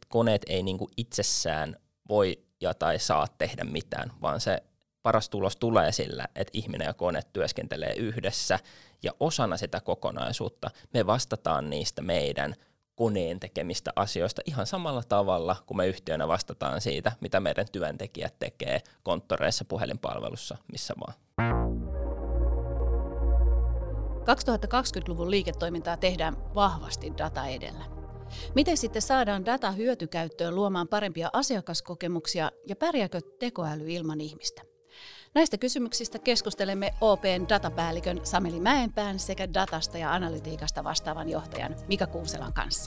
että koneet ei niin kuin itsessään voi tai saa tehdä mitään, vaan se paras tulos tulee sillä, että ihminen ja kone työskentelee yhdessä, ja osana sitä kokonaisuutta me vastataan niistä meidän koneen tekemistä asioista ihan samalla tavalla, kuin me yhtiönä vastataan siitä, mitä meidän työntekijät tekee konttoreissa, puhelinpalvelussa, missä vaan. 2020-luvun liiketoimintaa tehdään vahvasti data edellä. Miten sitten saadaan data hyötykäyttöön luomaan parempia asiakaskokemuksia ja pärjääkö tekoäly ilman ihmistä? Näistä kysymyksistä keskustelemme OP:n datapäällikön Sameli Mäenpään sekä datasta ja analytiikasta vastaavan johtajan Mika Kuuselan kanssa.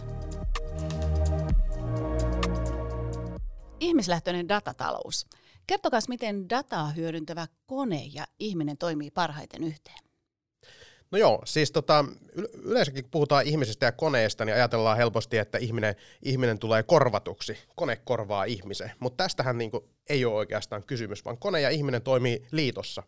Ihmislähtöinen datatalous. Kertokaa, miten dataa hyödyntävä kone ja ihminen toimii parhaiten yhteen. No joo, siis yleensäkin kun puhutaan ihmisestä ja koneesta, niin ajatellaan helposti, että ihminen tulee korvatuksi, kone korvaa ihmisen, mutta tästähän ei ole oikeastaan kysymys, vaan kone ja ihminen toimii liitossa.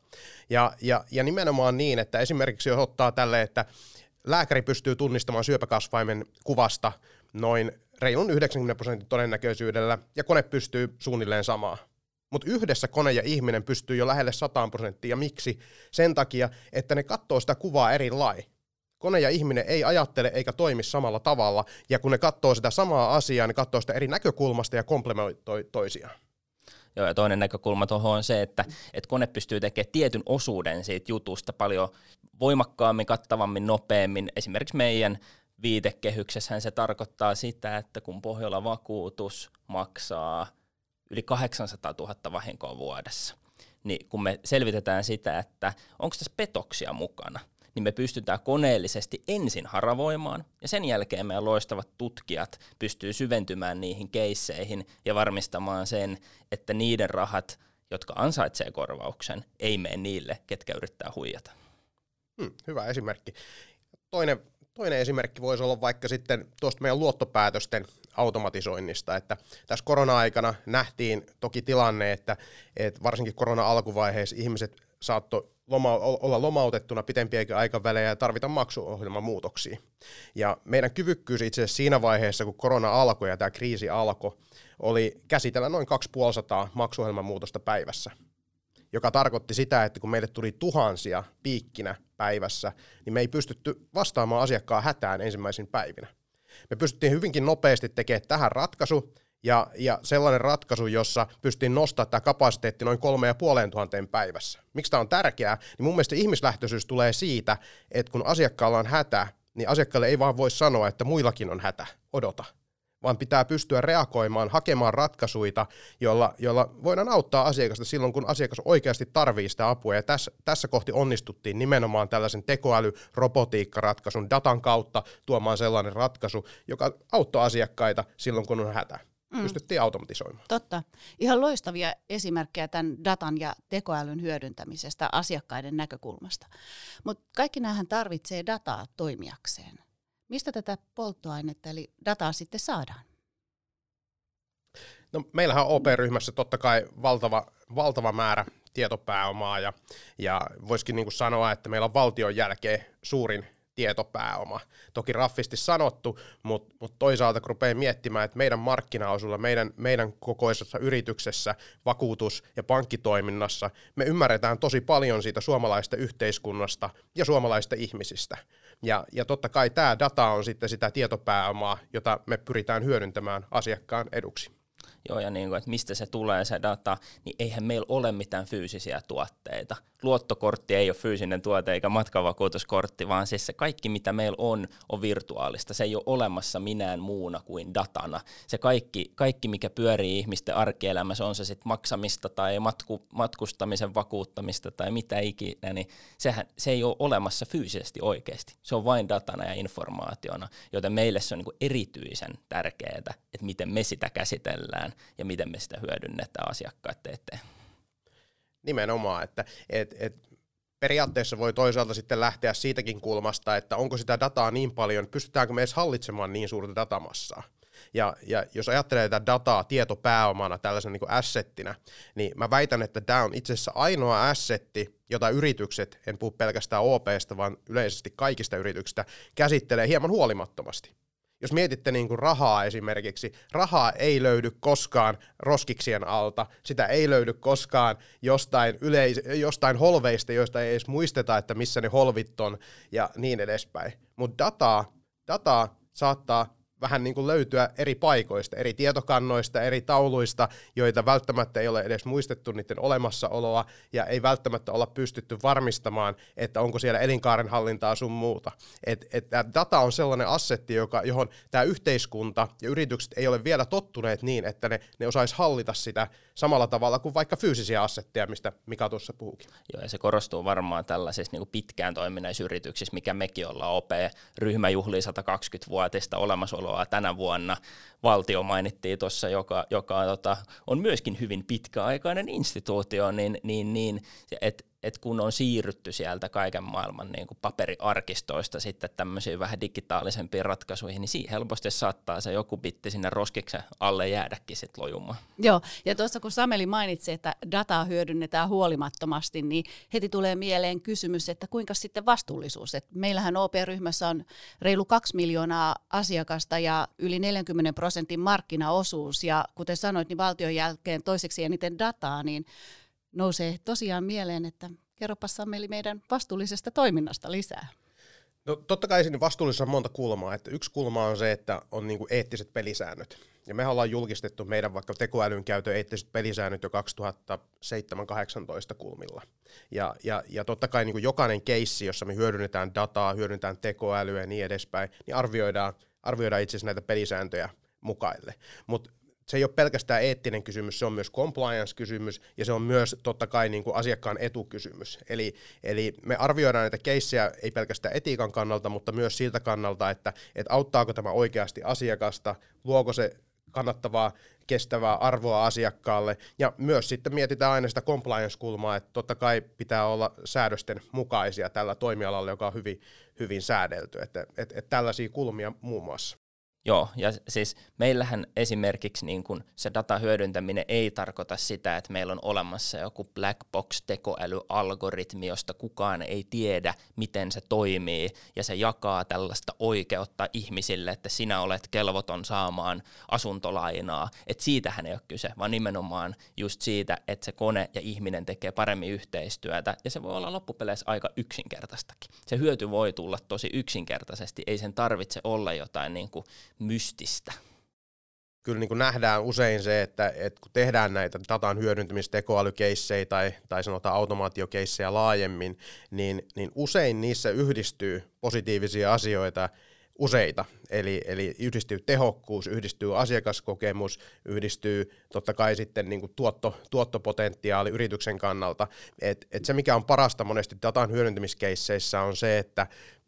Ja nimenomaan niin, että esimerkiksi jos ottaa tälle, että lääkäri pystyy tunnistamaan syöpäkasvaimen kuvasta noin reilun 90% todennäköisyydellä, ja kone pystyy suunnilleen samaan. Mutta yhdessä kone ja ihminen pystyy jo lähelle 100%. Ja miksi? Sen takia, että ne katsoo sitä kuvaa eri lailla. Kone ja ihminen ei ajattele eikä toimi samalla tavalla, ja kun ne katsoo sitä samaa asiaa, ne katsoo sitä eri näkökulmasta ja komplementoi toisiaan. Joo, ja toinen näkökulma tuohon on se, että kone pystyy tekemään tietyn osuuden siitä jutusta paljon voimakkaammin, kattavammin, nopeammin. Esimerkiksi meidän viitekehyksessähän se tarkoittaa sitä, että kun Pohjola Vakuutus maksaa yli 800 000 vahinkoa vuodessa, niin kun me selvitetään sitä, että onko tässä petoksia mukana, niin me pystytään koneellisesti ensin haravoimaan, ja sen jälkeen meidän loistavat tutkijat pystyy syventymään niihin keisseihin ja varmistamaan sen, että niiden rahat, jotka ansaitsee korvauksen, ei mene niille, ketkä yrittää huijata. Hyvä esimerkki. Toinen esimerkki voisi olla vaikka sitten tuosta meidän luottopäätösten automatisoinnista, että tässä korona-aikana nähtiin toki tilanne, että varsinkin korona-alkuvaiheessa ihmiset saattoi olla lomautettuna pitempiäkin aikavälejä ja tarvita maksuohjelman muutoksia. Ja meidän kyvykkyys itse asiassa siinä vaiheessa, kun korona alkoi ja tämä kriisi alkoi, oli käsitellä noin 250 maksuohjelman muutosta päivässä, joka tarkoitti sitä, että kun meille tuli tuhansia piikkinä päivässä, niin me ei pystytty vastaamaan asiakkaan hätään ensimmäisin päivinä. Me pystyttiin hyvinkin nopeasti tekemään tähän ratkaisu, ja sellainen ratkaisu, jossa pystyttiin nostamaan tämä kapasiteetti noin 3500 päivässä. Miksi tämä on tärkeää? Niin mun mielestä ihmislähtöisyys tulee siitä, että kun asiakkaalla on hätä, niin asiakkaalle ei vaan voi sanoa, että muillakin on hätä, odota. Vaan pitää pystyä reagoimaan, hakemaan ratkaisuja, joilla voidaan auttaa asiakasta silloin, kun asiakas oikeasti tarvitsee sitä apua. Ja tässä kohti onnistuttiin nimenomaan tällaisen tekoäly-robotiikkaratkaisun datan kautta tuomaan sellainen ratkaisu, joka auttaa asiakkaita silloin, kun on hätä. Pystyttiin automatisoimaan. Totta. Ihan loistavia esimerkkejä tämän datan ja tekoälyn hyödyntämisestä asiakkaiden näkökulmasta. Mutta kaikki näähän tarvitsee dataa toimijakseen. Mistä tätä polttoainetta eli dataa sitten saadaan? No, meillähän on OP-ryhmässä totta kai valtava määrä tietopääomaa ja voisikin niin kuin sanoa, että meillä on valtion jälkeen suurin tietopääoma. Toki raffisti sanottu, mutta toisaalta kun rupeaa miettimään, että meidän markkinaosuudella, meidän kokoisessa yrityksessä, vakuutus- ja pankkitoiminnassa, me ymmärretään tosi paljon siitä suomalaisesta yhteiskunnasta ja suomalaisista ihmisistä. Ja totta kai tämä data on sitten sitä tietopääomaa, jota me pyritään hyödyntämään asiakkaan eduksi. Joo, ja niin kuin, että mistä se tulee se data, niin eihän meillä ole mitään fyysisiä tuotteita. Luottokortti ei ole fyysinen tuote eikä matkavakuutuskortti, vaan siis se kaikki, mitä meillä on virtuaalista. Se ei ole olemassa minään muuna kuin datana. Se kaikki mikä pyörii ihmisten arkielämässä, on se sitten maksamista tai matkustamisen vakuuttamista tai mitä ikinä, niin se ei ole olemassa fyysisesti oikeasti. Se on vain datana ja informaationa, joten meille se on niin kuin erityisen tärkeää, että miten me sitä käsitellään ja miten me sitä hyödynnetään asiakkaiden eteen. Nimenomaan, että periaatteessa voi toisaalta sitten lähteä siitäkin kulmasta, että onko sitä dataa niin paljon, pystytäänkö me edes hallitsemaan niin suurta datamassaa. Ja jos ajattelee tätä dataa tietopääomana tällaisen niin kuin assettinä, niin mä väitän, että tämä on itse asiassa ainoa assetti, jota yritykset, en puhu pelkästään OP:sta, vaan yleisesti kaikista yrityksistä, käsittelee hieman huolimattomasti. Jos mietitte niin kuin rahaa esimerkiksi, rahaa ei löydy koskaan roskiksien alta, sitä ei löydy koskaan jostain holveista, joista ei edes muisteta, että missä ne holvit on ja niin edespäin. Mutta dataa saattaa vähän niin kuin löytyä eri paikoista, eri tietokannoista, eri tauluista, joita välttämättä ei ole edes muistettu niiden olemassaoloa ja ei välttämättä olla pystytty varmistamaan, että onko siellä elinkaaren hallintaa sun muuta. Data on sellainen assetti, johon tämä yhteiskunta ja yritykset ei ole vielä tottuneet niin, että ne osais hallita sitä samalla tavalla kuin vaikka fyysisiä assetteja, mistä Mika tuossa puhukin. Joo, ja se korostuu varmaan tällaisissa niin kuin pitkään toimineissa yrityksissä, mikä mekin ollaan OP. Ryhmä juhlii 120-vuotista olemassaoloa tänä vuonna. Valtio mainittiin tuossa, joka on myöskin hyvin pitkäaikainen instituutio, niin että kun on siirrytty sieltä kaiken maailman niin kuin paperiarkistoista sitten tämmöisiin vähän digitaalisempiin ratkaisuihin, niin siinä helposti saattaa se joku bitti sinne roskiksen alle jäädäkin sitten lojumaan. Joo, ja tuossa kun Sameli mainitsi, että dataa hyödynnetään huolimattomasti, niin heti tulee mieleen kysymys, että kuinka sitten vastuullisuus. Et meillähän OP-ryhmässä on reilu 2 miljoonaa asiakasta ja yli 40% markkinaosuus, ja kuten sanoit, niin valtion jälkeen toiseksi eniten dataa, niin nousee tosiaan mieleen, että kerropas Sameli meidän vastuullisesta toiminnasta lisää. No totta kai siinä vastuullisessa on monta kulmaa. Että yksi kulma on se, että on niinku eettiset pelisäännöt. Ja me ollaan julkistettu meidän vaikka tekoälyn käytön eettiset pelisäännöt jo 2007-2018 kulmilla. Ja totta kai niinku jokainen keissi, jossa me hyödynnetään dataa, hyödynnetään tekoälyä ja niin edespäin, niin arvioidaan itse asiassa näitä pelisääntöjä mukaille. Mutta se ei ole pelkästään eettinen kysymys, se on myös compliance-kysymys ja se on myös totta kai niin kuin asiakkaan etukysymys. Eli me arvioidaan näitä keissejä ei pelkästään etiikan kannalta, mutta myös siltä kannalta, että auttaako tämä oikeasti asiakasta, luoko se kannattavaa, kestävää arvoa asiakkaalle ja myös sitten mietitään aina sitä compliance-kulmaa, että totta kai pitää olla säädösten mukaisia tällä toimialalla, joka on hyvin, hyvin säädelty, että tällaisia kulmia muun muassa. Joo, ja siis meillähän esimerkiksi niin kun se datan hyödyntäminen ei tarkoita sitä, että meillä on olemassa joku black box tekoälyalgoritmi, josta kukaan ei tiedä, miten se toimii, ja se jakaa tällaista oikeutta ihmisille, että sinä olet kelvoton saamaan asuntolainaa. Että siitähän ei ole kyse, vaan nimenomaan just siitä, että se kone ja ihminen tekee paremmin yhteistyötä, ja se voi olla loppupeleissä aika yksinkertaistakin. Se hyöty voi tulla tosi yksinkertaisesti, ei sen tarvitse olla jotain niin kuin mystistä. Kyllä niin kuin nähdään usein se, että kun tehdään näitä datan hyödyntämistekoälykeissejä tai sanotaan automaatiokeissejä laajemmin, niin usein niissä yhdistyy positiivisia asioita useita. Eli yhdistyy tehokkuus, yhdistyy asiakaskokemus, yhdistyy totta kai sitten niin kuin tuottopotentiaali yrityksen kannalta. Et se, mikä on parasta monesti datan hyödyntämiskeisseissä, on se, että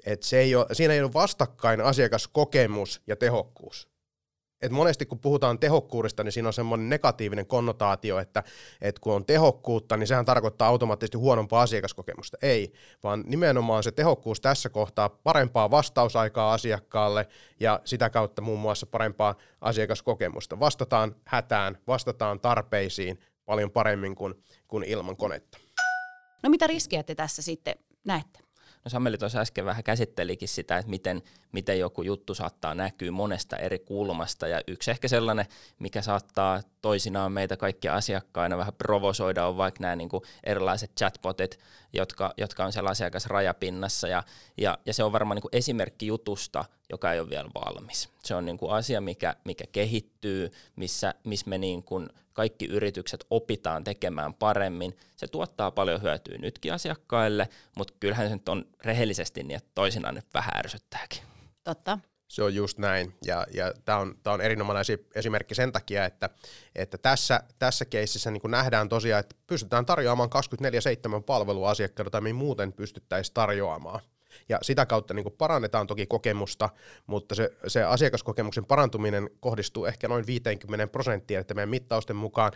siinä ei ole vastakkain asiakaskokemus ja tehokkuus. Et monesti kun puhutaan tehokkuudesta, niin siinä on semmoinen negatiivinen konnotaatio, että kun on tehokkuutta, niin sehän tarkoittaa automaattisesti huonompaa asiakaskokemusta. Ei, vaan nimenomaan se tehokkuus tässä kohtaa parempaa vastausaikaa asiakkaalle ja sitä kautta muun muassa parempaa asiakaskokemusta. Vastataan hätään, vastataan tarpeisiin paljon paremmin kuin ilman konetta. No mitä riskejä te tässä sitten näette? No Sameli tuossa äsken vähän käsittelikin sitä, että miten joku juttu saattaa näkyä monesta eri kulmasta, ja yksi ehkä sellainen, mikä saattaa toisinaan meitä kaikkia asiakkaina vähän provosoida, on vaikka nämä niin kuin erilaiset chatbotit, jotka on siellä asiakasrajapinnassa, ja se on varmaan niin kuin esimerkki jutusta, joka ei ole vielä valmis. Se on niin kuin asia, mikä kehittyy, missä me niin kuin kaikki yritykset opitaan tekemään paremmin. Se tuottaa paljon hyötyä nytkin asiakkaille, mutta kyllähän se nyt on rehellisesti niin, että toisinaan nyt vähän ärsyttääkin. Totta. Se on just näin, ja tämä on erinomainen esimerkki sen takia, että tässä keississä niin nähdään tosiaan, että pystytään tarjoamaan 24/7 palvelua asiakkaille, tai me muuten pystyttäisiin tarjoamaan. Ja sitä kautta niin parannetaan toki kokemusta, mutta se asiakaskokemuksen parantuminen kohdistuu ehkä noin 50%, että meidän mittausten mukaan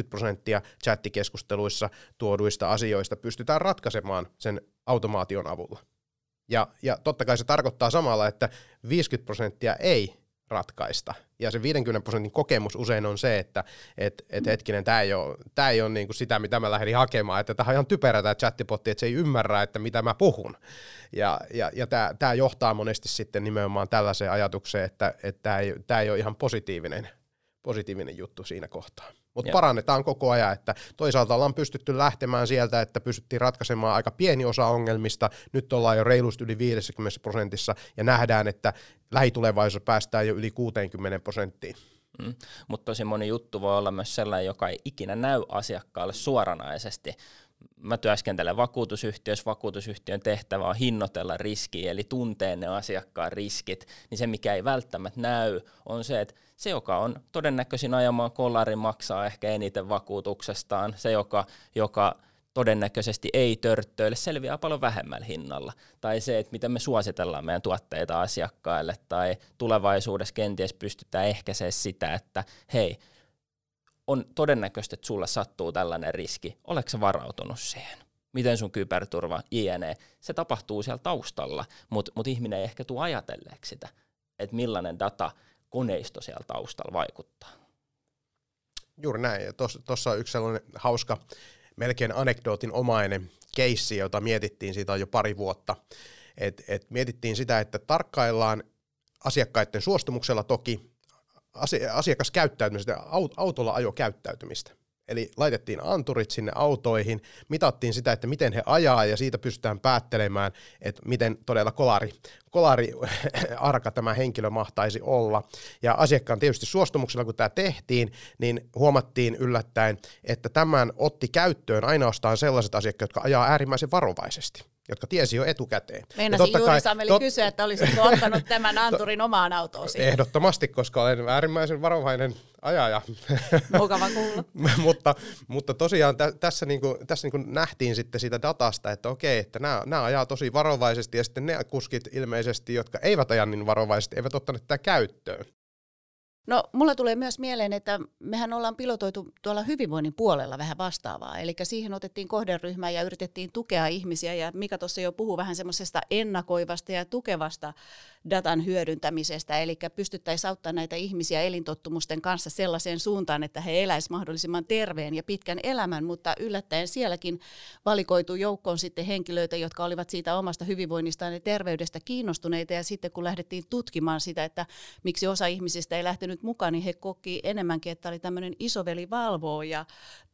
50% chattikeskusteluissa tuoduista asioista pystytään ratkaisemaan sen automaation avulla. Ja totta kai se tarkoittaa samalla, että 50% ei ratkaista. Ja se 50% kokemus usein on se, että hetkinen, tämä ei ole niin kuin sitä, mitä mä lähdin hakemaan, että tämä on ihan typerä tämä chattipotti, että se ei ymmärrä, että mitä mä puhun. Ja tämä johtaa monesti sitten nimenomaan tällaiseen ajatukseen, että tämä ei ole ihan positiivinen juttu siinä kohtaa. Mutta parannetaan koko ajan, että toisaalta ollaan pystytty lähtemään sieltä, että pystyttiin ratkaisemaan aika pieni osa ongelmista, nyt ollaan jo reilusti yli 50% ja nähdään, että lähitulevaisuudessa päästään jo yli 60%. Mutta tosi moni juttu voi olla myös sellainen, joka ei ikinä näy asiakkaalle suoranaisesti. Mä työskentelen vakuutusyhtiössä, vakuutusyhtiön tehtävä on hinnoitella riskiä, eli tuntee ne asiakkaan riskit, niin se mikä ei välttämättä näy on se, että se joka on todennäköisin ajamaan kolarin maksaa ehkä eniten vakuutuksestaan, se joka todennäköisesti ei törttöile, selviää paljon vähemmällä hinnalla. Tai se, että miten me suositellaan meidän tuotteita asiakkaille, tai tulevaisuudessa kenties pystytään ehkäisemään sitä, että hei, on todennäköistä, että sulla sattuu tällainen riski. Oletko sä varautunut siihen? Miten sun kyberturva, jne. Se tapahtuu siellä taustalla, mutta ihminen ei ehkä tule ajatelleeksi sitä, että millainen datakoneisto siellä taustalla vaikuttaa. Juuri näin. Tuossa on yksi sellainen hauska, melkein anekdootinomainen keissi, jota mietittiin, siitä on jo pari vuotta. Et mietittiin sitä, että tarkkaillaan asiakkaiden suostumuksella toki asiakaskäyttäytymistä, autolla ajokäyttäytymistä. Eli laitettiin anturit sinne autoihin, mitattiin sitä, että miten he ajaa, ja siitä pystytään päättelemään, että miten todella kolariarka tämä henkilö mahtaisi olla. Ja asiakkaan tietysti suostumuksella, kun tämä tehtiin, niin huomattiin yllättäen, että tämän otti käyttöön ainoastaan sellaiset asiakkaat, jotka ajaa äärimmäisen varovaisesti, jotka tiesi jo etukäteen. Meinasin juuri Sameli kysyä, että olisitko ottanut tämän anturin omaan autoosi. Ehdottomasti, koska olen äärimmäisen varovainen ajaja. Mukava kuulla. mutta tosiaan tässä nähtiin sitten siitä datasta, että okei, että nämä ajaa tosi varovaisesti, ja sitten ne kuskit ilmeisesti, jotka eivät aja niin varovaisesti, eivät ottaneet tätä käyttöön. No, mulla tulee myös mieleen, että mehän ollaan pilotoitu tuolla hyvinvoinnin puolella vähän vastaavaa. Eli siihen otettiin kohderyhmää ja yritettiin tukea ihmisiä. Ja Mika tuossa jo puhui vähän semmoisesta ennakoivasta ja tukevasta datan hyödyntämisestä. Eli pystyttäisiin auttamaan näitä ihmisiä elintottumusten kanssa sellaiseen suuntaan, että he eläisivät mahdollisimman terveen ja pitkän elämän. Mutta yllättäen sielläkin valikoitu joukkoon sitten henkilöitä, jotka olivat siitä omasta hyvinvoinnistaan ja terveydestä kiinnostuneita. Ja sitten kun lähdettiin tutkimaan sitä, että miksi osa ihmisistä ei lähtenyt mukaan, niin he koki enemmänkin, että oli tämmöinen isoveli valvoo ja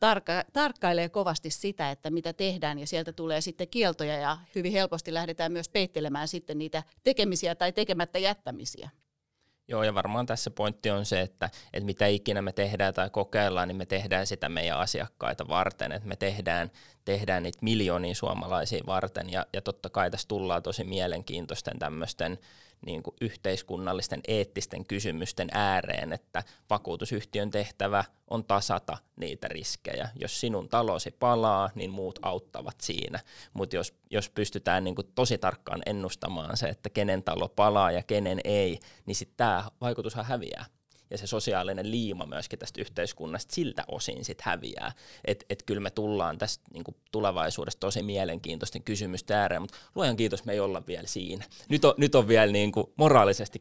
tarkkailee kovasti sitä, että mitä tehdään, ja sieltä tulee sitten kieltoja, ja hyvin helposti lähdetään myös peittelemään sitten niitä tekemisiä tai tekemättä jättämisiä. Joo, ja varmaan tässä pointti on se, että mitä ikinä me tehdään tai kokeillaan, niin me tehdään sitä meidän asiakkaita varten, että me tehdään niitä miljoonia suomalaisia varten, ja totta kai tässä tullaan tosi mielenkiintoisten tämmöisten niin kuin yhteiskunnallisten eettisten kysymysten ääreen, että vakuutusyhtiön tehtävä on tasata niitä riskejä. Jos sinun talosi palaa, niin muut auttavat siinä, mutta jos pystytään niin kuin tosi tarkkaan ennustamaan se, että kenen talo palaa ja kenen ei, niin sitten tämä vaikutushan häviää. Ja se sosiaalinen liima myöskin tästä yhteiskunnasta siltä osin sit häviää. Et kyllä me tullaan tästä niinku tulevaisuudesta tosi mielenkiintoisten kysymysten ääreen, mutta luojan kiitos, me ei olla vielä siinä. Nyt on vielä niinku moraalisesti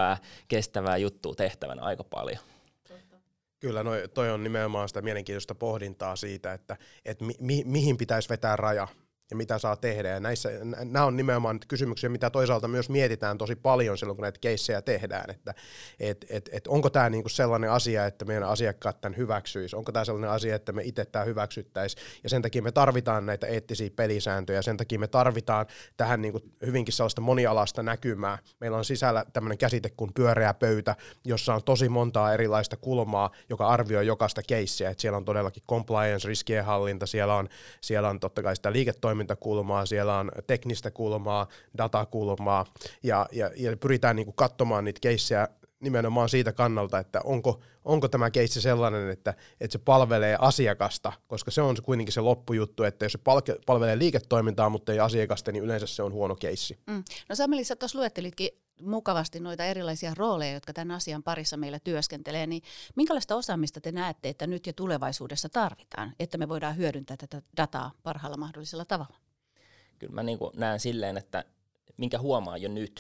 kestävää juttua tehtävänä aika paljon. Kyllä, toi on nimenomaan sitä mielenkiintoista pohdintaa siitä, että mihin pitäisi vetää raja ja mitä saa tehdä. Ja nämä on nimenomaan kysymyksiä, mitä toisaalta myös mietitään tosi paljon silloin, kun näitä keissejä tehdään, että onko tämä niinku sellainen asia, että meidän asiakkaat tämän hyväksyisi, onko tämä sellainen asia, että me itse tämä hyväksyttäisiin, ja sen takia me tarvitaan näitä eettisiä pelisääntöjä, sen takia me tarvitaan tähän niinku hyvinkin sellaista monialaista näkymää. Meillä on sisällä tämmöinen käsite kuin pyöreä pöytä, jossa on tosi montaa erilaista kulmaa, joka arvioi jokaista keissiä, että siellä on todellakin compliance, riskien hallinta, siellä on totta kai sitä liiketoimintakulmaa, siellä on teknistä kulmaa, datakulmaa, ja pyritään niinku katsomaan niitä keissejä nimenomaan siitä kannalta, että onko tämä keissi sellainen, että se palvelee asiakasta, koska se on kuitenkin se loppujuttu, että jos se palvelee liiketoimintaa, mutta ei asiakasta, niin yleensä se on huono keissi. No Sameli, sä tuossa luettelitkin mukavasti noita erilaisia rooleja, jotka tämän asian parissa meillä työskentelee, niin minkälaista osaamista te näette, että nyt ja tulevaisuudessa tarvitaan, että me voidaan hyödyntää tätä dataa parhaalla mahdollisella tavalla? Kyllä mä niin kuin näen silleen, että minkä huomaan jo nyt,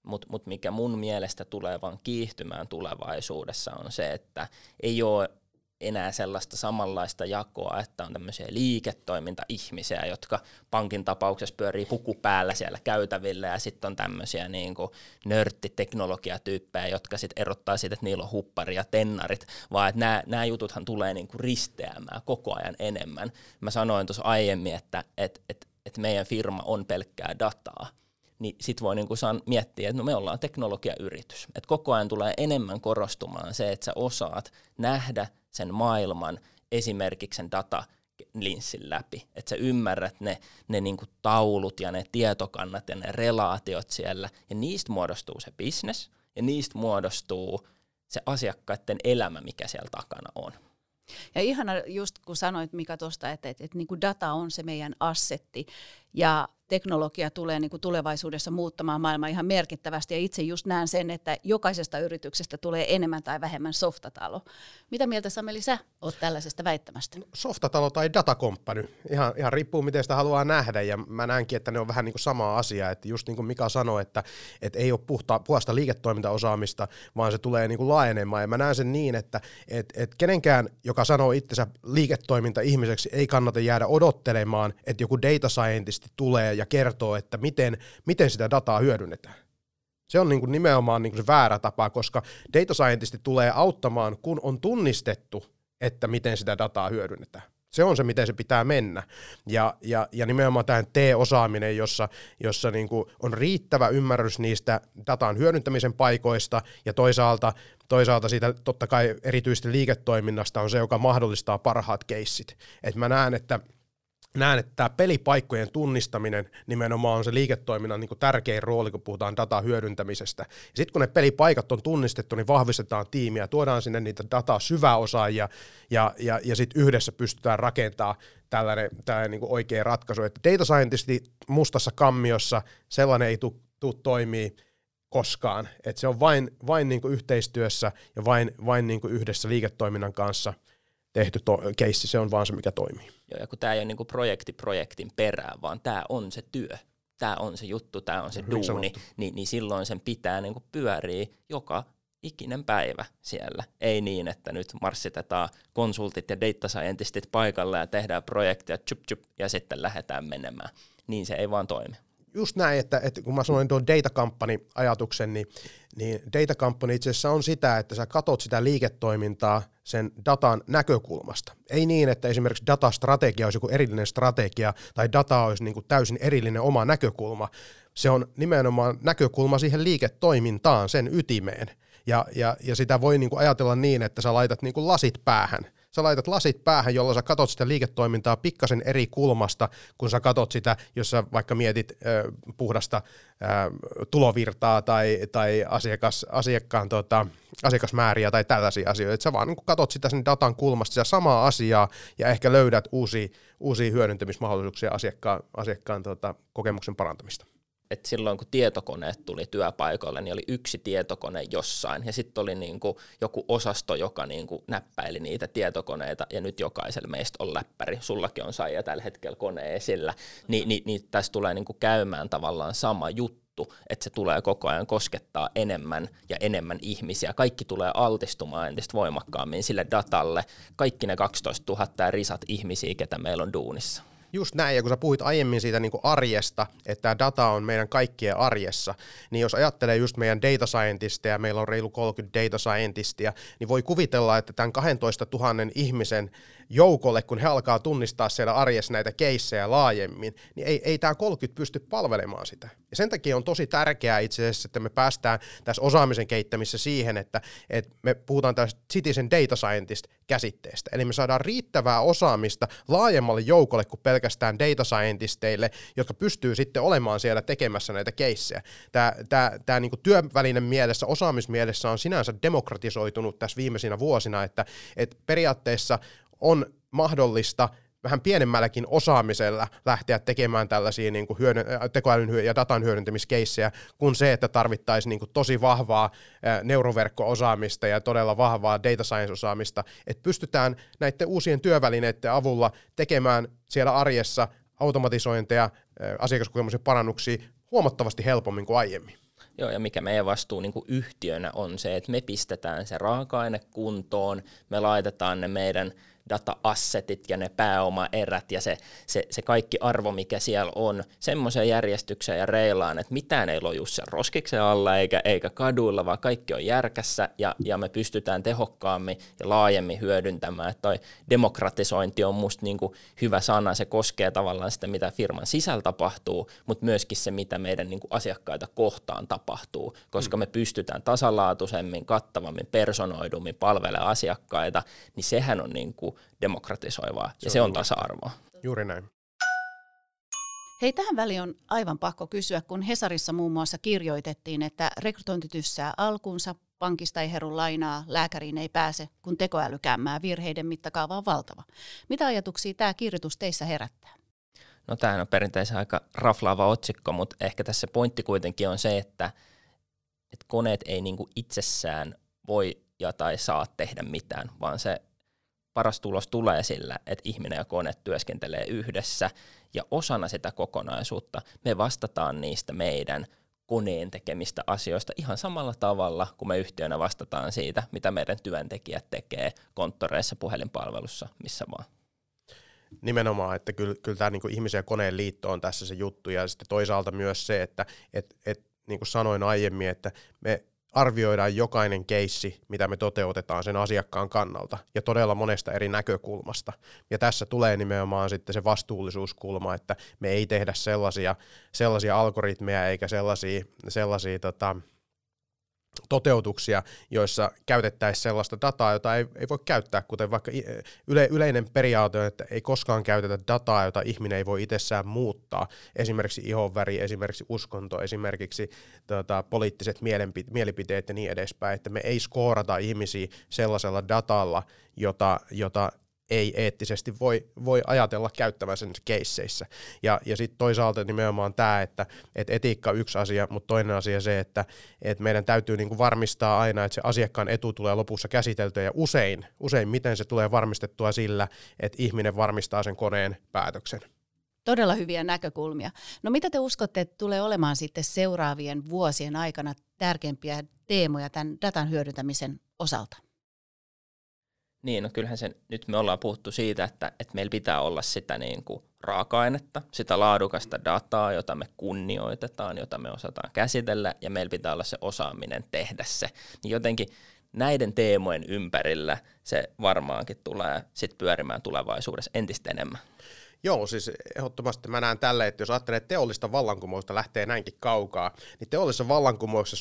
Mut mikä mun mielestä tulee vaan kiihtymään tulevaisuudessa on se, että ei ole enää sellaista samanlaista jakoa, että on tämmöisiä liiketoiminta-ihmisiä, jotka pankin tapauksessa pyörii puku päällä siellä käytävillä, ja sitten on tämmöisiä niinku nörttiteknologiatyyppejä, jotka sitten erottaa siitä, että niillä on huppari ja tennarit, vaan että nämä jututhan tulee niinku risteämään koko ajan enemmän. Mä sanoin tuossa aiemmin, että meidän firma on pelkkää dataa, niin sit voi niinku miettiä, että no me ollaan teknologiayritys. Et koko ajan tulee enemmän korostumaan se, että sä osaat nähdä sen maailman esimerkiksi sen datalinssin läpi. Että sä ymmärrät ne niinku taulut ja ne tietokannat ja ne relaatiot siellä. Ja niistä muodostuu se business ja niistä muodostuu se asiakkaiden elämä, mikä siellä takana on. Ja ihana just kun sanoit Mika tuosta, että niin kuin data on se meidän assetti ja teknologia tulee niin kuin tulevaisuudessa muuttamaan maailmaa ihan merkittävästi. Ja itse just näen sen, että jokaisesta yrityksestä tulee enemmän tai vähemmän softatalo. Mitä mieltä Sameli sä oot tällaisesta väittämästä? Softatalo tai datakomppany, ihan riippuu miten sitä haluaa nähdä, ja mä näenkin, että ne on vähän niin kuin sama asia, että just niin kuin Mika sanoi, että ei ole puhasta liiketoimintaosaamista, vaan se tulee niin kuin laajenemaan, ja mä näen sen niin, että kenenkään, joka sanoo itsensä liiketoiminta-ihmiseksi, ei kannata jäädä odottelemaan, että joku data scientisti tulee ja kertoo, että miten sitä dataa hyödynnetään. Se on niin kuin nimenomaan niin kuin se väärä tapa, koska data scientisti tulee auttamaan, kun on tunnistettu, että miten sitä dataa hyödynnetään. Se on se, miten se pitää mennä. Ja nimenomaan tähän T-osaaminen, jossa niin kuin on riittävä ymmärrys niistä datan hyödyntämisen paikoista, ja toisaalta siitä totta kai erityisesti liiketoiminnasta on se, joka mahdollistaa parhaat keissit. Et mä näen, että tämä pelipaikkojen tunnistaminen nimenomaan on se liiketoiminnan niin kuin tärkein rooli, kun puhutaan datan hyödyntämisestä. Sitten kun ne pelipaikat on tunnistettu, niin vahvistetaan tiimiä, tuodaan sinne niitä syväosaajia ja sitten yhdessä pystytään rakentamaan tällainen niin kuin oikea ratkaisu. Että data scientisti mustassa kammiossa, sellainen ei tule toimii koskaan. Että se on vain niin kuin yhteistyössä ja vain niin kuin yhdessä liiketoiminnan kanssa tehty keissi, se on vaan se, mikä toimii. Joo, ja kun tämä ei ole niinku projektin perään, vaan tämä on se työ, tämä on se juttu, tämä on se duuni, niin silloin sen pitää niinku pyöriä joka ikinen päivä siellä. Ei niin, että nyt marssitetaan konsultit ja data scientistit paikalle ja tehdään projekteja ja sitten lähdetään menemään. Niin se ei vaan toimi. Just näin, että kun mä sanoin tuon data company-ajatuksen, niin data company itse asiassa on sitä, että sä katot sitä liiketoimintaa sen datan näkökulmasta. Ei niin, että esimerkiksi datastrategia olisi joku erillinen strategia tai data olisi niin kuin täysin erillinen oma näkökulma. Se on nimenomaan näkökulma siihen liiketoimintaan, sen ytimeen. Ja sitä voi niin kuin ajatella niin, että sä laitat niin kuin lasit päähän. Sä laitat lasit päähän, jolloin sä katot sitä liiketoimintaa pikkasen eri kulmasta, kun sä katot sitä, jos sä vaikka mietit puhdasta tulovirtaa tai asiakasmääriä tai tällaisia asioita. Et sä vaan niin kun katot sitä sen datan kulmasta, sitä samaa asiaa, ja ehkä löydät uusia hyödyntämismahdollisuuksia asiakkaan kokemuksen parantamista. Et silloin kun tietokoneet tuli työpaikoille, niin oli yksi tietokone jossain, ja sitten oli niinku joku osasto, joka niinku näppäili niitä tietokoneita, ja nyt jokaisella meistä on läppäri. Sullakin on Saija tällä hetkellä kone esillä, niin tässä tulee niinku käymään tavallaan sama juttu, että se tulee koko ajan koskettaa enemmän ja enemmän ihmisiä. Kaikki tulee altistumaan entistä voimakkaammin sille datalle. Kaikki ne 12 000 ja risat ihmisiä, ketä meillä on duunissa. Just näin, ja kun sä puhuit aiemmin siitä niin kuin arjesta, että tämä data on meidän kaikkien arjessa, niin jos ajattelee just meidän data scientisteja, meillä on reilu 30 data scientistia, niin voi kuvitella, että tämän 12 000 ihmisen joukolle, kun he alkaa tunnistaa siellä arjessa näitä keissejä laajemmin, niin ei tämä 30 pysty palvelemaan sitä. Ja sen takia on tosi tärkeää itse asiassa, että me päästään tässä osaamisen kehittämisessä siihen, että me puhutaan tästä citizen data scientist käsitteestä. Eli me saadaan riittävää osaamista laajemmalle joukolle kuin pelkästään data scientisteille, jotka pystyy sitten olemaan siellä tekemässä näitä keissejä. Tämä niin kuin työvälinen mielessä, osaamismielessä on sinänsä demokratisoitunut tässä viimeisinä vuosina, että periaatteessa on mahdollista vähän pienemmälläkin osaamisella lähteä tekemään tällaisia niin kuin tekoälyn ja datan hyödyntämiskeissejä, kuin se, että tarvittaisiin niin kuin tosi vahvaa neuroverkko-osaamista ja todella vahvaa data science-osaamista, että pystytään näiden uusien työvälineiden avulla tekemään siellä arjessa automatisointeja, asiakaskokemuksen parannuksia huomattavasti helpommin kuin aiemmin. Joo, ja mikä meidän vastuu niin kuin yhtiönä on se, että me pistetään se raaka-aine kuntoon, me laitetaan ne meidän data-assetit ja ne pääomaerät ja se kaikki arvo, mikä siellä on, semmoiseen järjestykseen ja reilaan, että mitään ei loju sen roskiksen alla eikä kaduilla, vaan kaikki on järkässä ja me pystytään tehokkaammin ja laajemmin hyödyntämään. Että toi demokratisointi on musta niin kuin hyvä sana, se koskee tavallaan sitä, mitä firman sisällä tapahtuu, mutta myöskin se, mitä meidän niin kuin asiakkaita kohtaan tapahtuu, koska me pystytään tasalaatuisemmin, kattavammin, personoidummin palvelemaan asiakkaita, niin sehän on niin kuin demokratisoivaa, ja se on tasa-arvoa. Juuri näin. Hei, tähän väliin on aivan pakko kysyä, kun Hesarissa muun muassa kirjoitettiin, että rekrytointi tyssää alkuunsa, pankista ei heru lainaa, lääkäriin ei pääse, kun tekoäly kämmää, virheiden mittakaava on valtava. Mitä ajatuksia tämä kirjoitus teissä herättää? No tämähän on perinteisen aika raflaava otsikko, mutta ehkä tässä pointti kuitenkin on se, että koneet ei niinku itsessään voi tai saa tehdä mitään, vaan se paras tulos tulee sillä, että ihminen ja kone työskentelee yhdessä ja osana sitä kokonaisuutta me vastataan niistä meidän koneen tekemistä asioista ihan samalla tavalla, kun me yhtiönä vastataan siitä, mitä meidän työntekijät tekee konttoreissa, puhelinpalvelussa, missä vaan. Nimenomaan, että kyllä tämä niin ihmisen ja koneen liitto on tässä se juttu ja sitten toisaalta myös se, että niin kuin sanoin aiemmin, että me arvioidaan jokainen keissi, mitä me toteutetaan sen asiakkaan kannalta ja todella monesta eri näkökulmasta. Ja tässä tulee nimenomaan sitten se vastuullisuuskulma, että me ei tehdä sellaisia algoritmeja eikä sellaisia toteutuksia, joissa käytettäisiin sellaista dataa, jota ei voi käyttää, kuten vaikka yleinen periaate on, että ei koskaan käytetä dataa, jota ihminen ei voi itsessään muuttaa, esimerkiksi ihonväri, esimerkiksi uskonto, esimerkiksi poliittiset mielipiteet ja niin edespäin, että me ei skoorata ihmisiä sellaisella datalla, jota ei eettisesti voi ajatella käyttävän sen keisseissä. Ja sitten toisaalta nimenomaan tämä, että etiikka on yksi asia, mutta toinen asia se, että meidän täytyy niinku varmistaa aina, että se asiakkaan etu tulee lopussa käsiteltyä, ja usein miten se tulee varmistettua sillä, että ihminen varmistaa sen koneen päätöksen. Todella hyviä näkökulmia. No mitä te uskotte, että tulee olemaan sitten seuraavien vuosien aikana tärkeimpiä teemoja tämän datan hyödyntämisen osalta? Niin, no kyllähän nyt me ollaan puhuttu siitä, että meillä pitää olla sitä niin kuin raaka-ainetta, sitä laadukasta dataa, jota me kunnioitetaan, jota me osataan käsitellä, ja meillä pitää olla se osaaminen tehdä se. Niin jotenkin näiden teemojen ympärillä se varmaankin tulee sit pyörimään tulevaisuudessa entistä enemmän. Joo, siis ehdottomasti mä näen tälleen, että jos ajattelee, että teollista vallankumousta lähtee näinkin kaukaa, niin teollisessa vallankumouksessa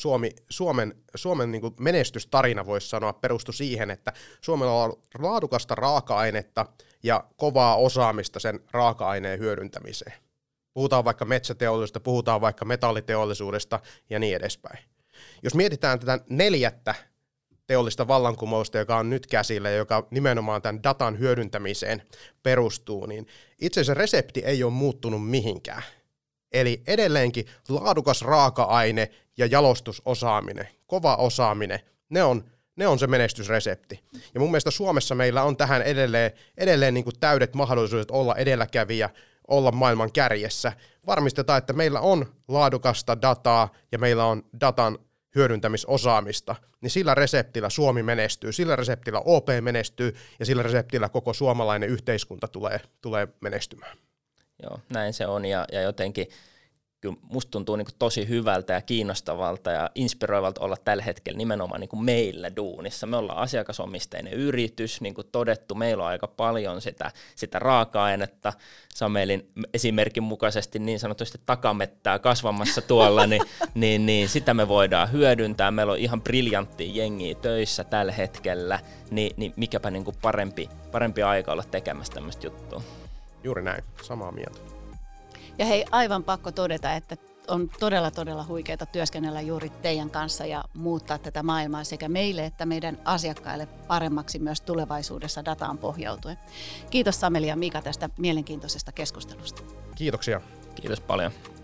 Suomen niin kuin menestystarina voisi sanoa perustui siihen, että Suomella on laadukasta raaka-ainetta ja kovaa osaamista sen raaka-aineen hyödyntämiseen. Puhutaan vaikka metsäteollisuudesta, puhutaan vaikka metalliteollisuudesta ja niin edespäin. Jos mietitään tätä 4. teollista vallankumousta, joka on nyt käsillä ja joka nimenomaan tämän datan hyödyntämiseen perustuu, niin itse asiassa resepti ei ole muuttunut mihinkään. Eli edelleenkin laadukas raaka-aine ja jalostusosaaminen, kova osaaminen, ne on se menestysresepti. Ja mun mielestä Suomessa meillä on tähän edelleen niin kuin täydet mahdollisuudet olla edelläkävijä, olla maailman kärjessä. Varmistetaan, että meillä on laadukasta dataa ja meillä on datan hyödyntämisosaamista, niin sillä reseptillä Suomi menestyy, sillä reseptillä OP menestyy ja sillä reseptillä koko suomalainen yhteiskunta tulee menestymään. Joo, näin se on ja jotenkin kyllä musta tuntuu niin kuin tosi hyvältä ja kiinnostavalta ja inspiroivalta olla tällä hetkellä nimenomaan niin kuin meillä duunissa. Me ollaan asiakasomisteinen yritys, niin kuin todettu, meillä on aika paljon sitä raaka-ainetta, Samelin esimerkin mukaisesti niin sanotusti takamettää kasvamassa tuolla, niin sitä me voidaan hyödyntää. Meillä on ihan briljanttia jengiä töissä tällä hetkellä, niin mikäpä niin kuin parempi aika olla tekemässä tämmöistä juttua. Juuri näin, samaa mieltä. Ja hei, aivan pakko todeta, että on todella huikeaa työskennellä juuri teidän kanssa ja muuttaa tätä maailmaa sekä meille että meidän asiakkaille paremmaksi myös tulevaisuudessa dataan pohjautuen. Kiitos Sameli ja Mika tästä mielenkiintoisesta keskustelusta. Kiitoksia. Kiitos paljon.